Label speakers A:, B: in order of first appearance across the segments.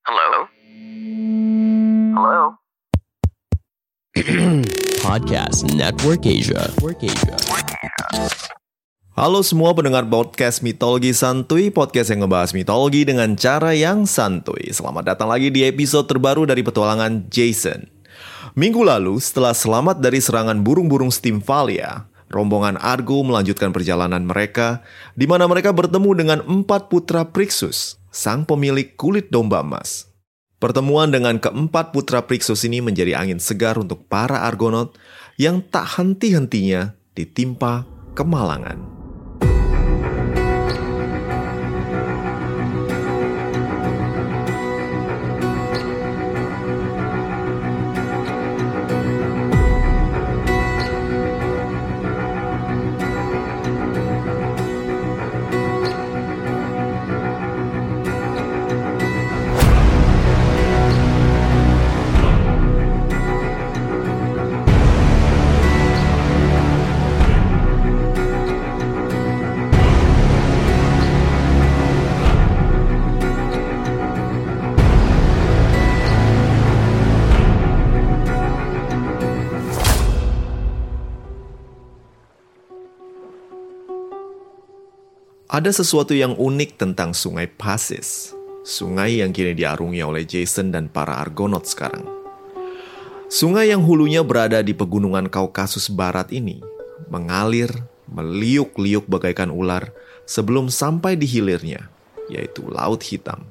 A: Halo? Halo?
B: Podcast Network Asia.
C: Halo semua pendengar podcast Mitologi Santuy, podcast yang ngebahas mitologi dengan cara yang santuy. Selamat datang lagi di episode terbaru dari petualangan Jason. Minggu lalu, setelah selamat dari serangan burung-burung Stymfalia, rombongan Argo melanjutkan perjalanan mereka, di mana mereka bertemu dengan 4 putra Phrixus, sang pemilik kulit domba emas. Pertemuan dengan keempat putra Phrixus ini menjadi angin segar untuk para Argonaut yang tak henti-hentinya ditimpa kemalangan. Ada sesuatu yang unik tentang sungai Phasis, sungai yang kini diarungi oleh Jason dan para Argonaut sekarang. Sungai yang hulunya berada di pegunungan Kaukasus Barat ini mengalir, meliuk-liuk bagaikan ular sebelum sampai di hilirnya, yaitu Laut Hitam.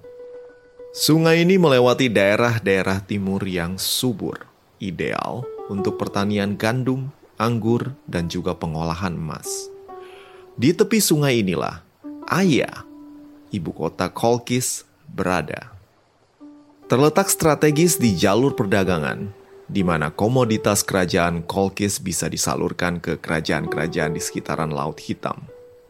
C: Sungai ini melewati daerah-daerah timur yang subur, ideal untuk pertanian gandum, anggur, dan juga pengolahan emas. Di tepi sungai inilah Aya, ibu kota Kolkis, berada. Terletak strategis di jalur perdagangan, di mana komoditas kerajaan Kolkis bisa disalurkan ke kerajaan-kerajaan di sekitaran Laut Hitam.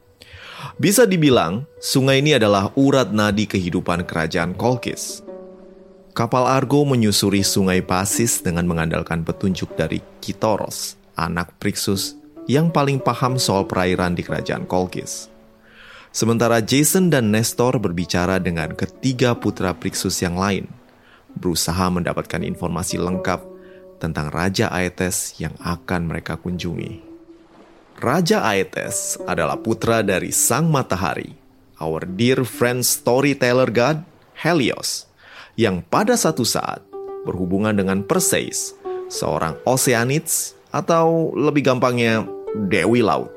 C: Bisa dibilang, sungai ini adalah urat nadi kehidupan kerajaan Kolkis. Kapal Argo menyusuri sungai Phasis dengan mengandalkan petunjuk dari Kitoros, anak Phrixus yang paling paham soal perairan di kerajaan Kolkis. Sementara Jason dan Nestor berbicara dengan ketiga putra Phrixus yang lain, berusaha mendapatkan informasi lengkap tentang Raja Aetes yang akan mereka kunjungi. Raja Aetes adalah putra dari Sang Matahari, our dear friend storyteller god Helios, yang pada satu saat berhubungan dengan Perseus, seorang Oceanids atau lebih gampangnya Dewi Laut.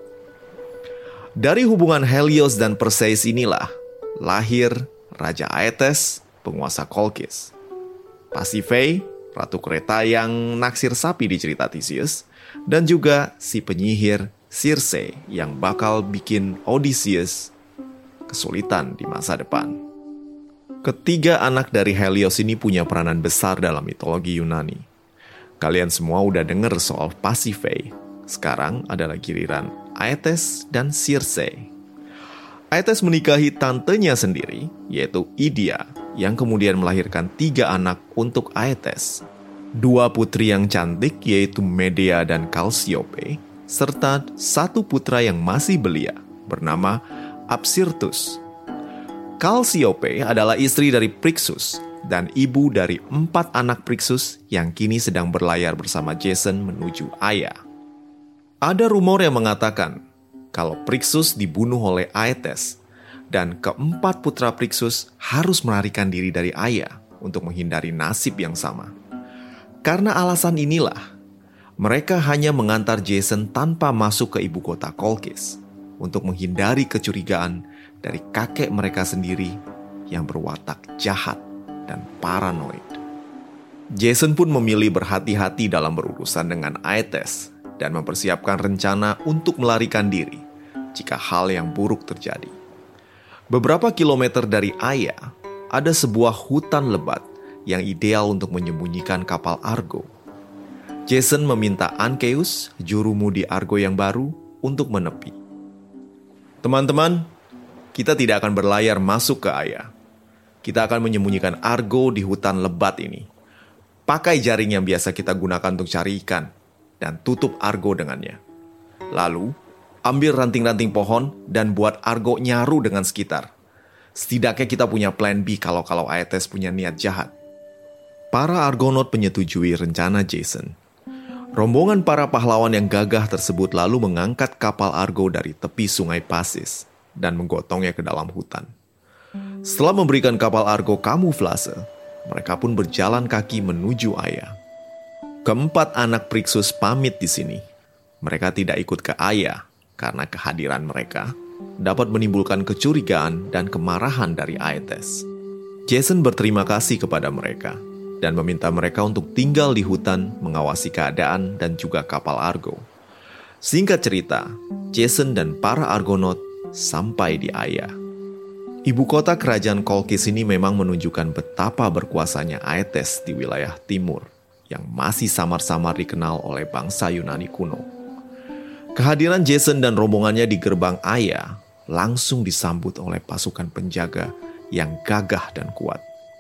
C: Dari hubungan Helios dan Perseus inilah lahir Raja Aetes, penguasa Kolkis. Pasiphae, ratu kereta yang naksir sapi di cerita Theseus, dan juga si penyihir Circe yang bakal bikin Odysseus kesulitan di masa depan. Ketiga anak dari Helios ini punya peranan besar dalam mitologi Yunani. Kalian semua udah denger soal Pasiphae. Sekarang adalah giliran Aetes dan Circe. Aetes menikahi tantenya sendiri, yaitu Idia, yang kemudian melahirkan 3 anak untuk Aetes. 2 putri yang cantik, yaitu Medea dan Chalciope, serta 1 putra yang masih belia, bernama Apsyrtus. Chalciope adalah istri dari Phrixus, dan ibu dari 4 anak Phrixus yang kini sedang berlayar bersama Jason menuju Aya. Ada rumor yang mengatakan kalau Phrixus dibunuh oleh Aetes dan keempat putra Phrixus harus melarikan diri dari Aya untuk menghindari nasib yang sama. Karena alasan inilah, mereka hanya mengantar Jason tanpa masuk ke ibu kota Kolkis untuk menghindari kecurigaan dari kakek mereka sendiri yang berwatak jahat dan paranoid. Jason pun memilih berhati-hati dalam berurusan dengan Aetes dan mempersiapkan rencana untuk melarikan diri jika hal yang buruk terjadi. Beberapa kilometer dari Aya, ada sebuah hutan lebat yang ideal untuk menyembunyikan kapal Argo. Jason meminta Ankeus, jurumudi Argo yang baru, untuk menepi. Teman-teman, kita tidak akan berlayar masuk ke Aya. Kita akan menyembunyikan Argo di hutan lebat ini. Pakai jaring yang biasa kita gunakan untuk cari ikan, dan tutup Argo dengannya. Lalu, ambil ranting-ranting pohon dan buat Argo nyaru dengan sekitar. Setidaknya kita punya plan B kalau Aetes punya niat jahat. Para Argonaut menyetujui rencana Jason. Rombongan para pahlawan yang gagah tersebut lalu mengangkat kapal Argo dari tepi sungai Pasis dan menggotongnya ke dalam hutan. Setelah memberikan kapal Argo kamuflase, mereka pun berjalan kaki menuju Aia. Keempat anak Phrixus pamit di sini. Mereka tidak ikut ke Aia karena kehadiran mereka dapat menimbulkan kecurigaan dan kemarahan dari Aetes. Jason berterima kasih kepada mereka dan meminta mereka untuk tinggal di hutan mengawasi keadaan dan juga kapal Argo. Singkat cerita, Jason dan para Argonaut sampai di Aia. Ibu kota kerajaan Kolkis ini memang menunjukkan betapa berkuasanya Aetes di wilayah timur yang masih samar-samar dikenal oleh bangsa Yunani kuno. Kehadiran Jason dan rombongannya di gerbang Aia langsung disambut oleh pasukan penjaga yang gagah dan kuat.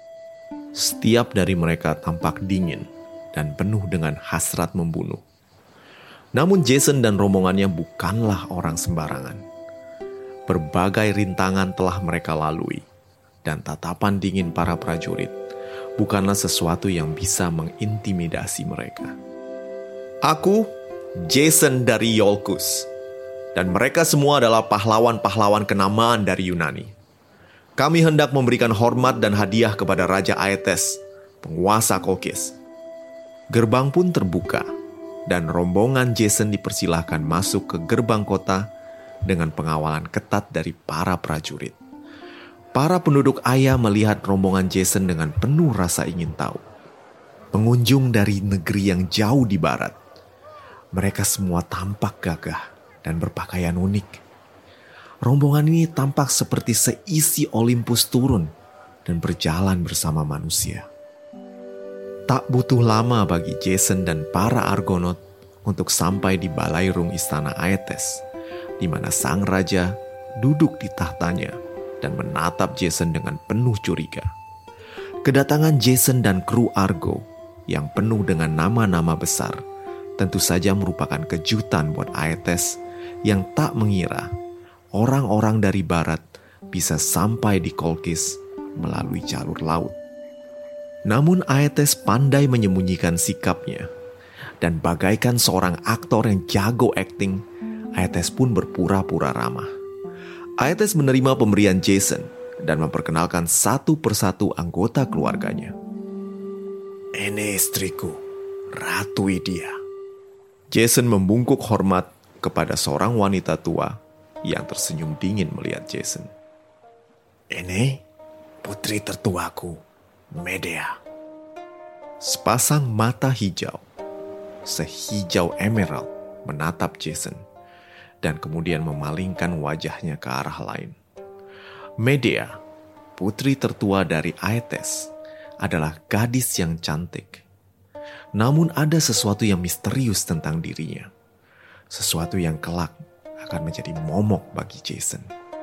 C: Setiap dari mereka tampak dingin dan penuh dengan hasrat membunuh. Namun Jason dan rombongannya bukanlah orang sembarangan. Berbagai rintangan telah mereka lalui, dan tatapan dingin para prajurit bukanlah sesuatu yang bisa mengintimidasi mereka. Aku, Jason dari Iolcus, dan mereka semua adalah pahlawan-pahlawan kenamaan dari Yunani. Kami hendak memberikan hormat dan hadiah kepada Raja Aetes, penguasa Kolkis. Gerbang pun terbuka, dan rombongan Jason dipersilahkan masuk ke gerbang kota dengan pengawalan ketat dari para prajurit. Para penduduk Aia melihat rombongan Jason dengan penuh rasa ingin tahu. Pengunjung dari negeri yang jauh di barat. Mereka semua tampak gagah dan berpakaian unik. Rombongan ini tampak seperti seisi Olympus turun dan berjalan bersama manusia. Tak butuh lama bagi Jason dan para Argonaut untuk sampai di balairung istana Aetes, di mana sang raja duduk di tahtanya dan menatap Jason dengan penuh curiga. Kedatangan Jason dan kru Argo yang penuh dengan nama-nama besar tentu saja merupakan kejutan buat Aetes yang tak mengira orang-orang dari barat bisa sampai di Kolkis melalui jalur laut. Namun Aetes pandai menyembunyikan sikapnya, dan bagaikan seorang aktor yang jago akting, Aetes pun berpura-pura ramah. Aetes menerima pemberian Jason dan memperkenalkan satu persatu anggota keluarganya. Ini istriku, Ratu Idia. Jason membungkuk hormat kepada seorang wanita tua yang tersenyum dingin melihat Jason. Ini putri tertuaku, Medea. Sepasang mata hijau, sehijau emerald, menatap Jason dan kemudian memalingkan wajahnya ke arah lain. Medea, putri tertua dari Aetes, adalah gadis yang cantik. Namun ada sesuatu yang misterius tentang dirinya. Sesuatu yang kelak akan menjadi momok bagi Jason.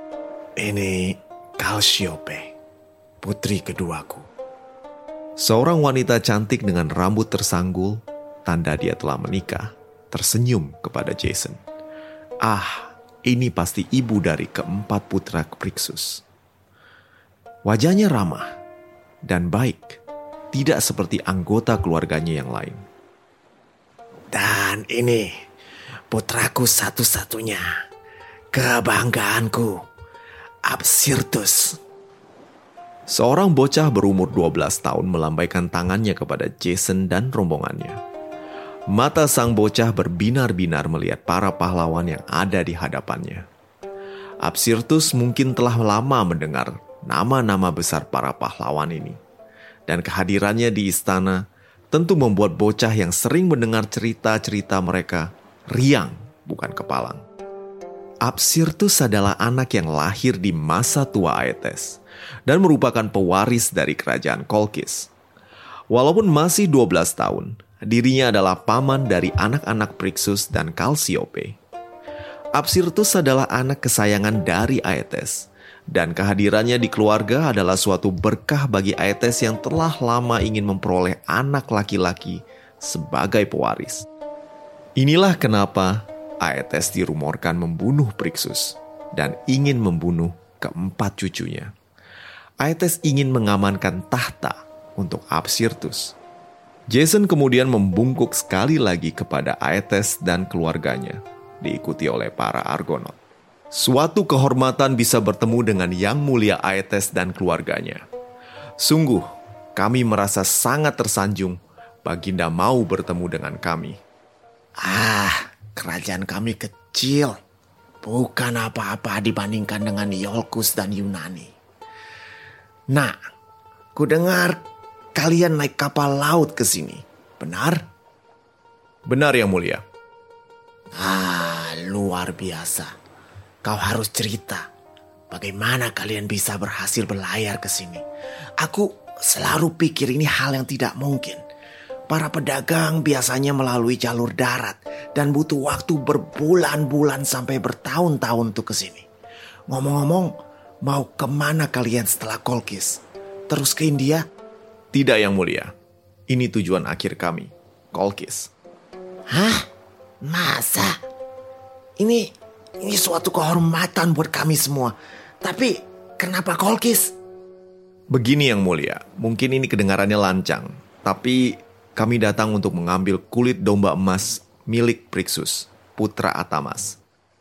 C: Ini Chalciope, putri keduaku. Seorang wanita cantik dengan rambut tersanggul, tanda dia telah menikah, tersenyum kepada Jason. Ah, ini pasti ibu dari keempat putra Phrixus. Wajahnya ramah dan baik, tidak seperti anggota keluarganya yang lain. Dan ini putraku satu-satunya, kebanggaanku, Apsyrtus. Seorang bocah berumur 12 tahun melambaikan tangannya kepada Jason dan rombongannya. Mata sang bocah berbinar-binar melihat para pahlawan yang ada di hadapannya. Apsyrtus mungkin telah lama mendengar nama-nama besar para pahlawan ini. Dan kehadirannya di istana tentu membuat bocah yang sering mendengar cerita-cerita mereka riang, bukan kepalang. Apsyrtus adalah anak yang lahir di masa tua Aetes dan merupakan pewaris dari kerajaan Kolkis. Walaupun masih 12 tahun, dirinya adalah paman dari anak-anak Phrixus dan Chalciope. Apsyrtus adalah anak kesayangan dari Aetes, dan kehadirannya di keluarga adalah suatu berkah bagi Aetes yang telah lama ingin memperoleh anak laki-laki sebagai pewaris. Inilah kenapa Aetes dirumorkan membunuh Phrixus dan ingin membunuh keempat cucunya. Aetes ingin mengamankan tahta untuk Apsyrtus. Jason kemudian membungkuk sekali lagi kepada Aetes dan keluarganya, diikuti oleh para Argonaut. Suatu kehormatan bisa bertemu dengan Yang Mulia Aetes dan keluarganya. Sungguh, kami merasa sangat tersanjung Baginda mau bertemu dengan kami.
D: Kerajaan kami kecil. Bukan apa-apa dibandingkan dengan Iolcus dan Yunani. Nah, kudengar kalian naik kapal laut ke sini. Benar?
C: Benar, Yang Mulia.
D: Luar biasa. Kau harus cerita. Bagaimana kalian bisa berhasil berlayar ke sini? Aku selalu pikir ini hal yang tidak mungkin. Para pedagang biasanya melalui jalur darat dan butuh waktu berbulan-bulan sampai bertahun-tahun untuk ke sini. Ngomong-ngomong, mau kemana kalian setelah Kolkis? Terus ke India?
C: Tidak, Yang Mulia. Ini tujuan akhir kami, Kolkis.
D: Hah? Masa? Ini suatu kehormatan buat kami semua. Tapi kenapa Kolkis?
C: Begini, Yang Mulia, mungkin ini kedengarannya lancang, tapi kami datang untuk mengambil kulit domba emas milik Phrixus, putra Atamas.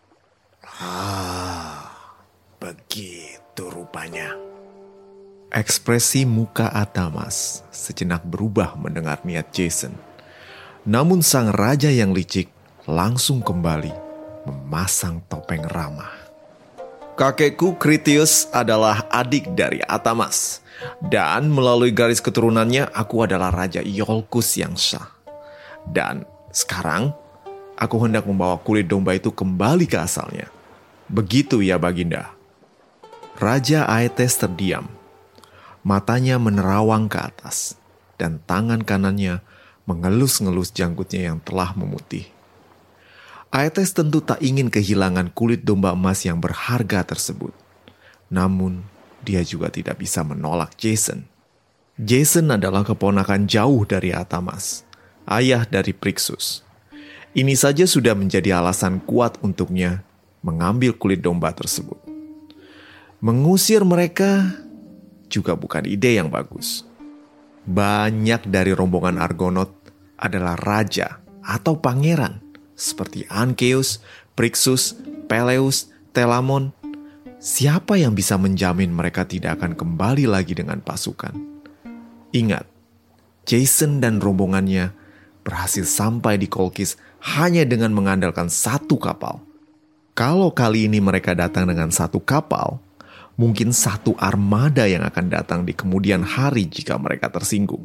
D: Begitu rupanya.
C: Ekspresi muka Atamas sejenak berubah mendengar niat Jason. Namun sang raja yang licik langsung kembali memasang topeng ramah. Kakekku Critius adalah adik dari Atamas. Dan melalui garis keturunannya, aku adalah Raja Iolcus yang sah. Dan sekarang, aku hendak membawa kulit domba itu kembali ke asalnya. Begitu ya, Baginda. Raja Aetes terdiam. Matanya menerawang ke atas, dan tangan kanannya mengelus-ngelus janggutnya yang telah memutih. Aetes tentu tak ingin kehilangan kulit domba emas yang berharga tersebut. Namun, dia juga tidak bisa menolak Jason. Jason adalah keponakan jauh dari Atamas, ayah dari Phrixus. Ini saja sudah menjadi alasan kuat untuknya mengambil kulit domba tersebut. Mengusir mereka juga bukan ide yang bagus. Banyak dari rombongan Argonaut adalah raja atau pangeran seperti Ancaeus, Phrixus, Peleus, Telamon. Siapa yang bisa menjamin mereka tidak akan kembali lagi dengan pasukan? Ingat, Jason dan rombongannya berhasil sampai di Kolkis hanya dengan mengandalkan satu kapal. Kalau kali ini mereka datang dengan satu kapal, mungkin satu armada yang akan datang di kemudian hari jika mereka tersinggung.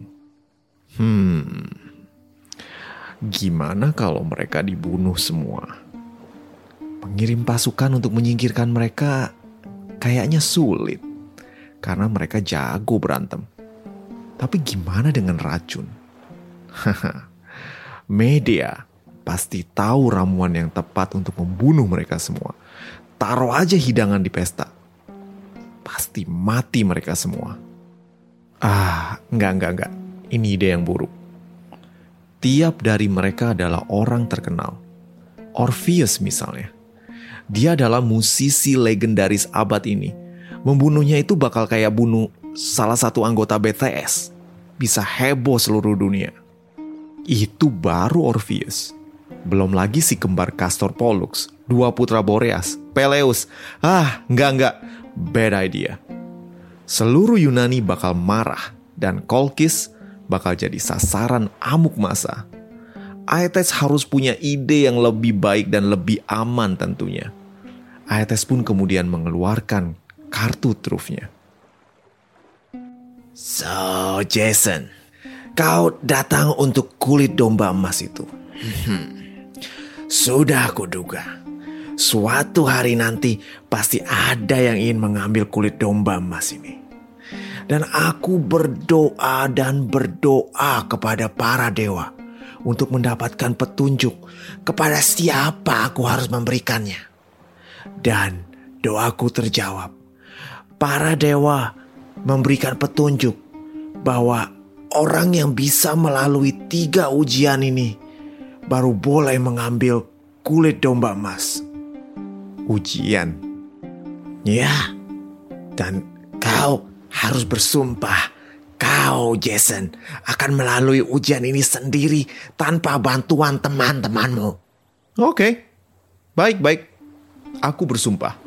C: Gimana kalau mereka dibunuh semua? Mengirim pasukan untuk menyingkirkan mereka kayaknya sulit, karena mereka jago berantem. Tapi gimana dengan racun? Medea pasti tahu ramuan yang tepat untuk membunuh mereka semua. Taruh aja hidangan di pesta. Pasti mati mereka semua. Enggak. Ini ide yang buruk. Tiap dari mereka adalah orang terkenal. Orpheus misalnya. Dia adalah musisi legendaris abad ini. Membunuhnya itu bakal kayak bunuh salah satu anggota BTS. Bisa heboh seluruh dunia. Itu baru Orpheus. Belum lagi si kembar Castor Pollux, dua putra Boreas, Peleus. Enggak. Bad idea. Seluruh Yunani bakal marah dan Kolkis bakal jadi sasaran amuk massa. Aetes harus punya ide yang lebih baik dan lebih aman tentunya. Aetes pun kemudian mengeluarkan kartu trufnya.
D: So, Jason, kau datang untuk kulit domba emas itu. Sudah kuduga. Suatu hari nanti pasti ada yang ingin mengambil kulit domba emas ini. Dan aku berdoa kepada para dewa untuk mendapatkan petunjuk kepada siapa aku harus memberikannya. Dan doaku terjawab. Para dewa memberikan petunjuk bahwa orang yang bisa melalui 3 ujian ini baru boleh mengambil kulit domba emas.
C: Ujian?
D: Ya, dan kau harus bersumpah kau, Jason, akan melalui ujian ini sendiri tanpa bantuan teman-temanmu.
C: Oke, baik. Aku bersumpah.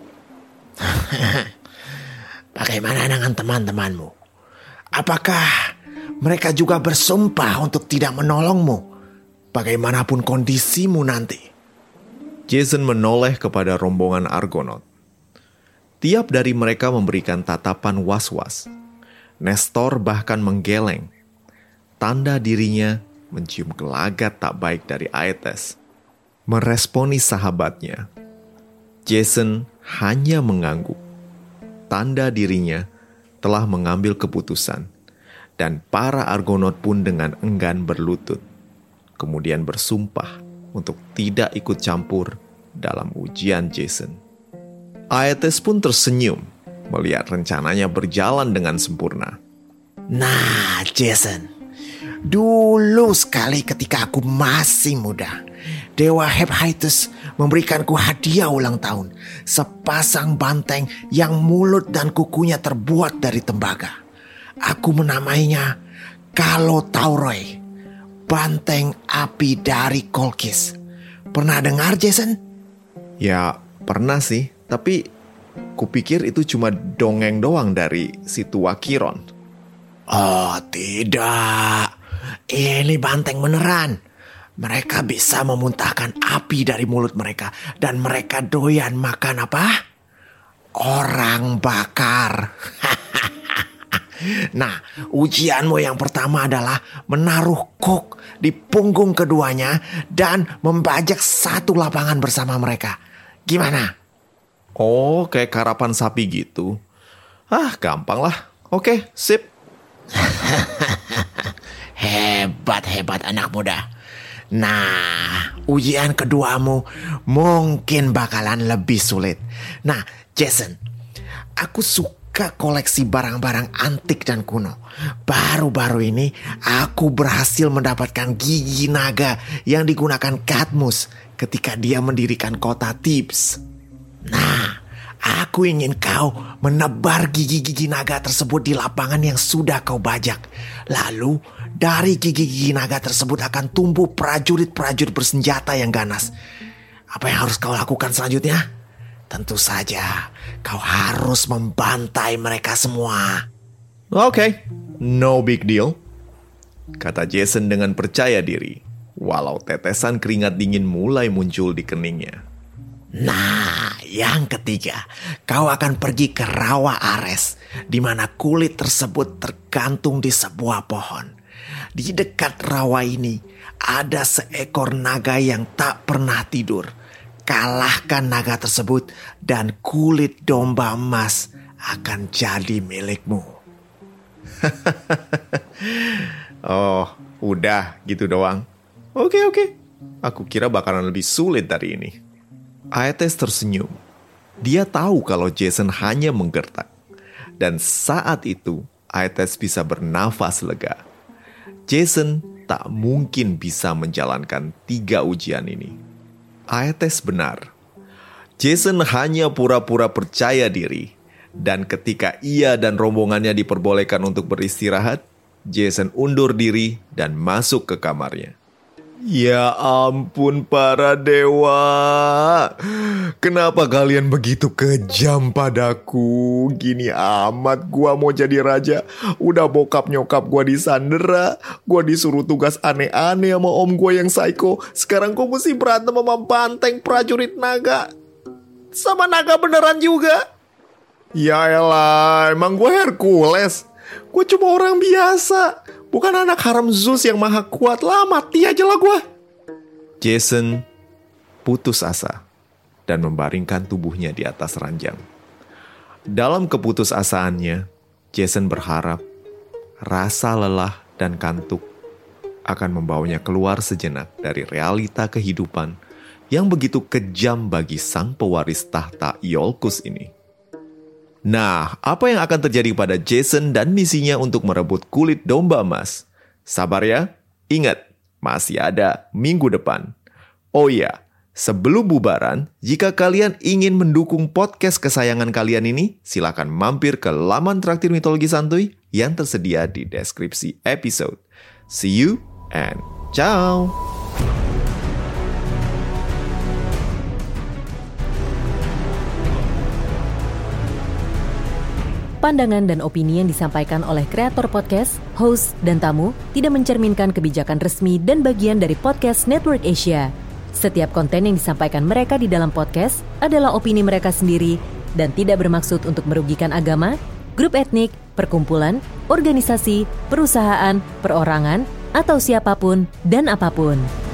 D: Bagaimana dengan teman-temanmu? Apakah mereka juga bersumpah untuk tidak menolongmu, bagaimanapun kondisimu nanti?
C: Jason menoleh kepada rombongan Argonaut. Tiap dari mereka memberikan tatapan was-was. Nestor bahkan menggeleng. Tanda dirinya mencium gelagat tak baik dari Aetes. Meresponi sahabatnya. Jason hanya mengangguk. Tanda dirinya telah mengambil keputusan. Dan para Argonaut pun dengan enggan berlutut. Kemudian bersumpah untuk tidak ikut campur dalam ujian Jason. Aetes pun tersenyum melihat rencananya berjalan dengan sempurna.
D: Nah, Jason, dulu sekali ketika aku masih muda, Dewa Hephaestus memberikanku hadiah ulang tahun, sepasang banteng yang mulut dan kukunya terbuat dari tembaga. Aku menamainya Kalotauroi, banteng api dari Kolkis. Pernah dengar, Jason?
C: Ya, pernah sih. Tapi kupikir itu cuma dongeng doang dari si tua Chiron.
D: Oh tidak, ini banteng beneran. Mereka bisa memuntahkan api dari mulut mereka. Dan mereka doyan makan apa? Orang bakar. Nah, ujianmu yang pertama adalah menaruh kuk di punggung keduanya dan membajak satu lapangan bersama mereka. Gimana?
C: Oh, kayak karapan sapi gitu. Gampang lah. Oke, sip.
D: Hebat anak muda. Nah, ujian keduamu mungkin bakalan lebih sulit. Nah, Jason, aku suka koleksi barang-barang antik dan kuno. Baru-baru ini aku berhasil mendapatkan gigi naga yang digunakan Cadmus ketika dia mendirikan kota Thebes. Nah, aku ingin kau menebar gigi-gigi naga tersebut di lapangan yang sudah kau bajak. Lalu, dari gigi-gigi naga tersebut akan tumbuh prajurit-prajurit bersenjata yang ganas. Apa yang harus kau lakukan selanjutnya? Tentu saja, kau harus membantai mereka semua.
C: Oke, no big deal, kata Jason dengan percaya diri, walau tetesan keringat dingin mulai muncul di keningnya.
D: Nah, yang ketiga, kau akan pergi ke rawa Ares, di mana kulit tersebut tergantung di sebuah pohon. Di dekat rawa ini, ada seekor naga yang tak pernah tidur. Kalahkan naga tersebut, dan kulit domba emas akan jadi milikmu.
C: Oh, udah gitu doang. Oke. Aku kira bakalan lebih sulit dari ini. Aetes tersenyum. Dia tahu kalau Jason hanya menggertak. Dan saat itu, Aetes bisa bernafas lega. Jason tak mungkin bisa menjalankan 3 ujian ini. Aetes benar. Jason hanya pura-pura percaya diri. Dan ketika ia dan rombongannya diperbolehkan untuk beristirahat, Jason undur diri dan masuk ke kamarnya. Ya ampun para dewa, kenapa kalian begitu kejam padaku? Gini amat gua mau jadi raja, udah bokap nyokap gua disandera, gua disuruh tugas aneh-aneh sama om gua yang psycho. Sekarang gua mesti berantem sama banteng prajurit naga, sama naga beneran juga. Ya elah, emang gua Hercules? Gua cuma orang biasa, bukan anak haram Zeus yang maha kuat. Lah, mati aja lah gue. Jason putus asa dan membaringkan tubuhnya di atas ranjang. Dalam keputusasaannya, Jason berharap rasa lelah dan kantuk akan membawanya keluar sejenak dari realita kehidupan yang begitu kejam bagi sang pewaris tahta Iolcus ini. Nah, apa yang akan terjadi pada Jason dan misinya untuk merebut kulit domba emas? Sabar ya, ingat, masih ada minggu depan. Oh iya, Sebelum bubaran, jika kalian ingin mendukung podcast kesayangan kalian ini, silakan mampir ke laman Traktir Mitologi Santuy yang tersedia di deskripsi episode. See you and ciao!
E: Pandangan dan opini yang disampaikan oleh kreator podcast, host, dan tamu tidak mencerminkan kebijakan resmi dan bagian dari podcast Network Asia. Setiap konten yang disampaikan mereka di dalam podcast adalah opini mereka sendiri dan tidak bermaksud untuk merugikan agama, grup etnik, perkumpulan, organisasi, perusahaan, perorangan, atau siapapun dan apapun.